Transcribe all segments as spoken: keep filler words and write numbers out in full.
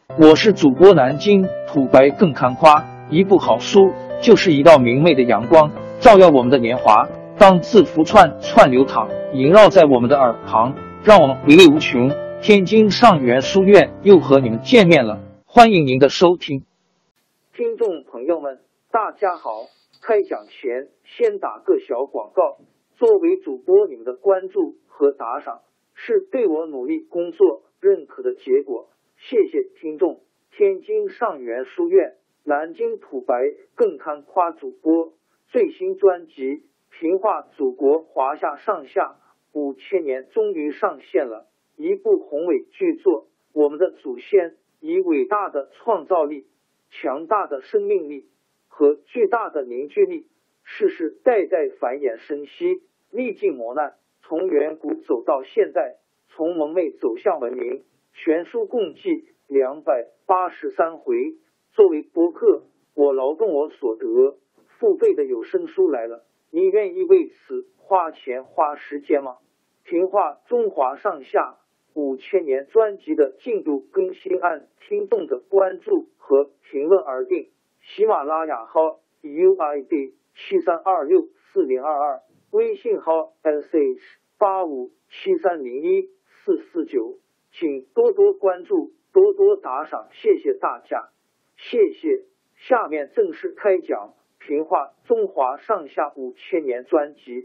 我是主播南京土白更看花，一部好书就是一道明媚的阳光，照耀我们的年华。当字符串串流淌，萦绕在我们的耳旁，让我们回味无穷。天津上元书院又和你们见面了，欢迎您的收听。听众朋友们，大家好。开讲前先打个小广告，作为主播，你们的关注和打赏是对我努力工作认可的结果，谢谢听众。天津上元书院南京土白更看花主播最新专辑《平话祖国华夏上下五千年》终于上线了，一部宏伟巨作。我们的祖先以伟大的创造力、强大的生命力和巨大的凝聚力，世世代代繁衍生息，历尽磨难，从远古走到现代，从蒙昧走向文明。全书共计两百八十三回。作为播客，我劳动我所得，付费的有声书来了，你愿意为此花钱花时间吗？评话中华上下五千年专辑的进度更新按听众的关注和评论而定。喜马拉雅号 U I D 七三二六四零二二，微信号 S H 八五七三零一四四九，请多多关注，多多打赏，谢谢大家，谢谢。下面正式开讲评话中华上下五千年专辑。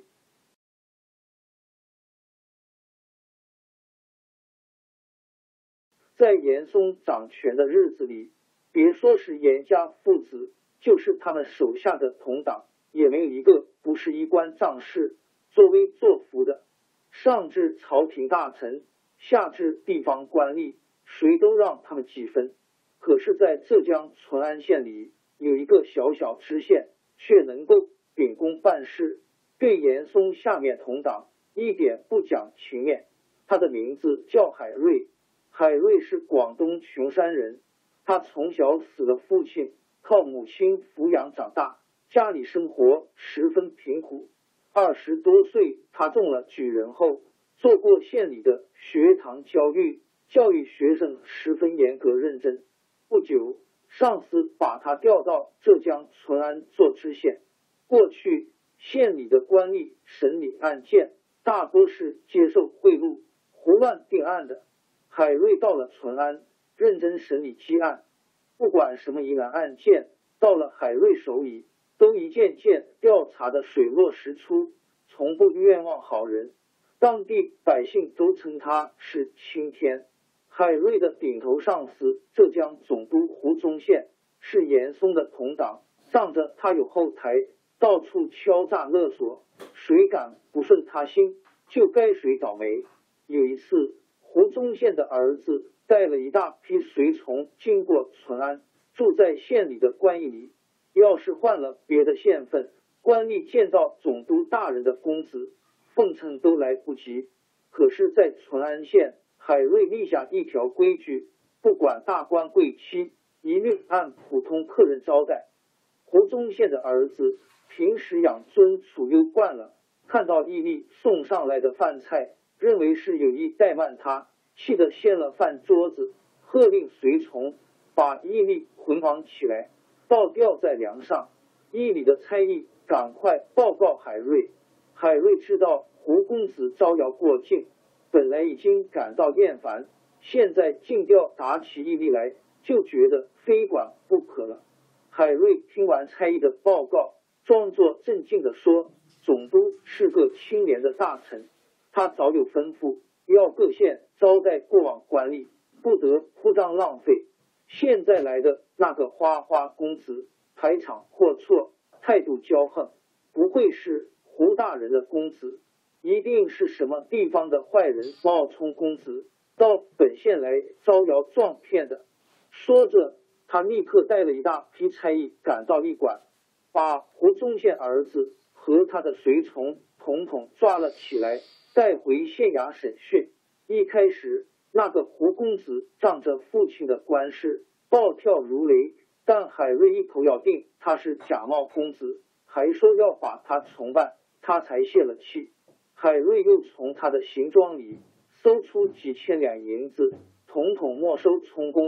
在严嵩掌权的日子里，别说是严家父子，就是他们手下的同党，也没有一个不是衣冠将士，作威作福的。上至朝廷大臣，下至地方官吏，谁都让他们几分。可是在浙江淳安县里，有一个小小知县，却能够秉公办事，对严嵩下面同党一点不讲情面。他的名字叫海瑞，海瑞是广东琼山人。他从小死了父亲，靠母亲抚养长大，家里生活十分贫苦。二十多岁，他中了举人后，做过县里的学堂教育，教育学生十分严格认真。不久，上司把他调到浙江淳安做知县。过去县里的官吏审理案件，大多是接受贿赂、胡乱定案的。海瑞到了淳安，认真审理积案，不管什么疑难案件，到了海瑞手里，都一件件调查的水落石出，从不冤枉好人。当地百姓都称他是青天。海瑞的顶头上司浙江总督胡宗宪是严嵩的同党，仗着他有后台，到处敲诈勒索，谁敢不顺他心，就该谁倒霉。有一次，胡宗宪的儿子带了一大批随从经过淳安，住在县里的官驿里。要是换了别的县份，官吏见到总督大人的公子，奉承都来不及。可是在淳安县，海瑞立下一条规矩，不管大官贵戚，一律按普通客人招待。胡宗宪的儿子平时养尊处优惯了，看到驿吏送上来的饭菜，认为是有意怠慢他，气得掀了饭桌子，喝令随从把驿吏捆绑起来，倒吊在梁上。驿里的差役赶快报告海瑞。海瑞知道胡公子招摇过境，本来已经感到厌烦，现在竟调打起驿吏来，就觉得非管不可了。海瑞听完差役的报告，装作镇静地说，总督是个清廉的大臣，他早有吩咐，要各县招待过往官吏，不得铺张浪费。现在来的那个花花公子排场阔绰，态度骄横，不会是胡大人的公子，一定是什么地方的坏人冒充公子到本县来招摇撞骗的。说着，他立刻带了一大批差役赶到驿馆，把胡宗宪儿子和他的随从统统抓了起来，带回县衙审讯。一开始，那个胡公子仗着父亲的官势暴跳如雷，但海瑞一口咬定他是假冒公子，还说要把他重办，他才泄了气。海瑞又从他的行装里搜出几千两银子，统统没收充公。海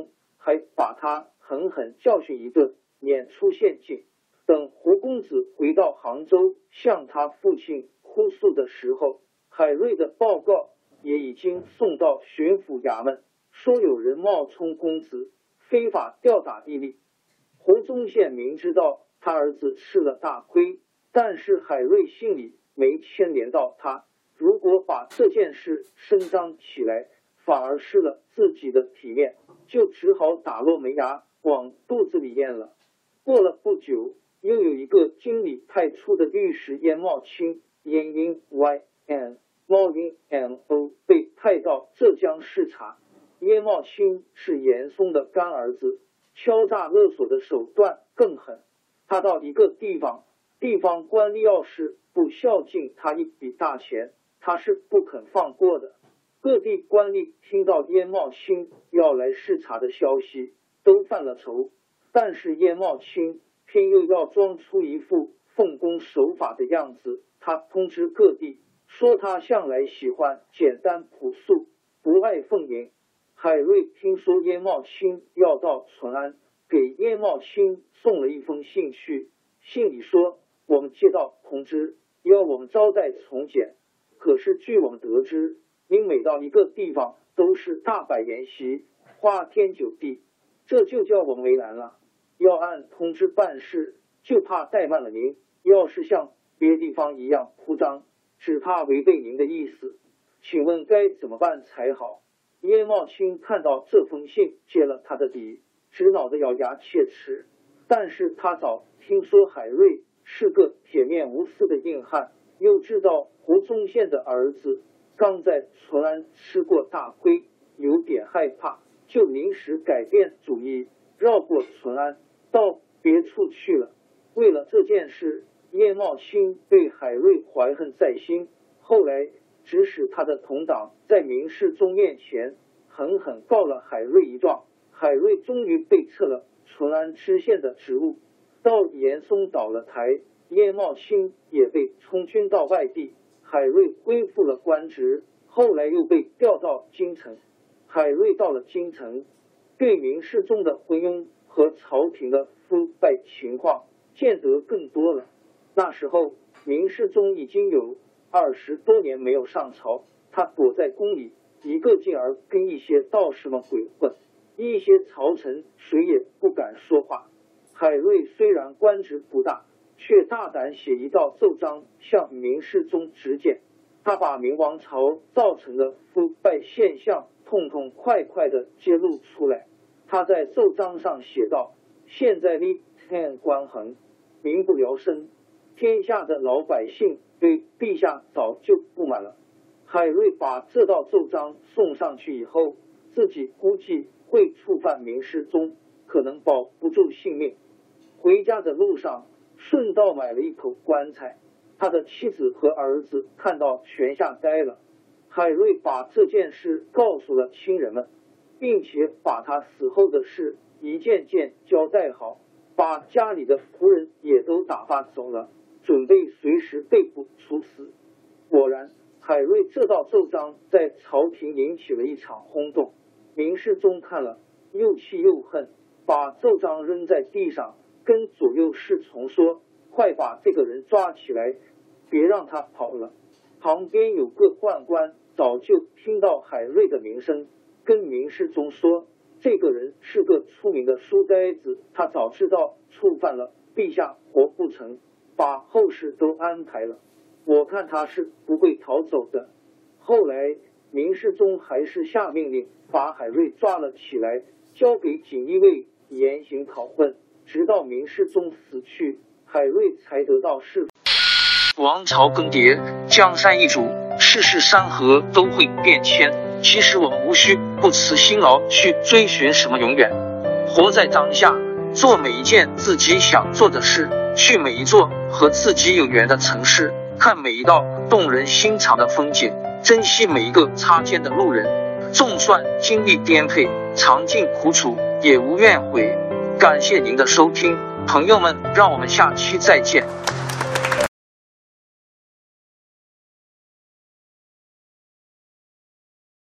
还把他狠狠教训一顿，撵出县境。等胡公子回到杭州，向他父亲哭诉的时候，海瑞的报告也已经送到巡抚衙门，说有人冒充公子，非法吊打弟弟。胡宗宪明知道他儿子吃了大亏，但是海瑞心里没牵连到他，如果把这件事声张起来，反而失了自己的体面，就只好打落门牙往肚子里咽了。过了不久，又有一个经理派出的御史燕茂卿燕英 Y N 猫英 M O 被派到浙江视察。燕茂卿是严嵩的干儿子，敲诈勒索的手段更狠。他到一个地方，地方官吏要是不孝敬他一笔大钱，他是不肯放过的。各地官吏听到燕茂卿要来视察的消息，都犯了愁，但是燕茂卿偏又要装出一副奉公守法的样子。他通知各地说他向来喜欢简单朴素，不爱奉迎。海瑞听说燕茂卿要到淳安，给燕茂卿送了一封信去，信里说我们接到通知，要我们招待从简，可是据我们得知，您每到一个地方都是大摆筵席，花天酒地，这就叫我们为难了。要按通知办事，就怕怠慢了您，要是像别地方一样铺张，只怕违背您的意思，请问该怎么办才好？燕茂卿看到这封信，揭了他的底，只恼得咬牙切齿。但是他早听说海瑞是个铁面无私的硬汉，又知道胡宗宪的儿子刚在淳安吃过大亏，有点害怕，就临时改变主意，绕过淳安到别处去了。为了这件事，燕茂卿对海瑞怀恨在心，后来指使他的同党在明世宗面前狠狠告了海瑞一状。海瑞终于被撤了淳安知县的职务。到严嵩倒了台，燕茂卿也被充军到外地，海瑞恢复了官职，后来又被调到京城。海瑞到了京城，对明世宗的昏庸和朝廷的腐败情况见得更多了。那时候明世宗已经有二十多年没有上朝，他躲在宫里，一个劲儿跟一些道士们鬼混，一些朝臣谁也不敢说话。海瑞虽然官职不大，却大胆写一道奏章向明世宗直谏，他把明王朝造成的腐败现象痛痛快快地揭露出来。他在奏章上写道：现在立天官衡，民不聊生，天下的老百姓对陛下早就不满了。海瑞把这道奏章送上去以后，自己估计会触犯明世宗，可能保不住性命。回家的路上顺道买了一口棺材，他的妻子和儿子看到全吓呆了。海瑞把这件事告诉了亲人们，并且把他死后的事一件件交代好，把家里的仆人也都打发走了，准备随时被捕处死。果然，海瑞这道奏章在朝廷引起了一场轰动。明世宗看了，又气又恨，把奏章扔在地上，跟左右侍从说：快把这个人抓起来，别让他跑了。旁边有个宦官早就听到海瑞的名声，跟明世宗说：这个人是个出名的书呆子，他早知道触犯了陛下活不成，把后事都安排了，我看他是不会逃走的。后来明世宗还是下命令把海瑞抓了起来，交给锦衣卫严刑拷问，直到明世宗死去，海瑞才得到释放。王朝更迭，江山易主，世事山河都会变迁。其实我们无需不辞辛劳去追寻什么永远，活在当下，做每一件自己想做的事，去每一座和自己有缘的城市，看每一道动人心肠的风景，珍惜每一个擦肩的路人。纵算经历颠沛，尝尽苦楚，也无怨悔。感谢您的收听，朋友们，让我们下期再见。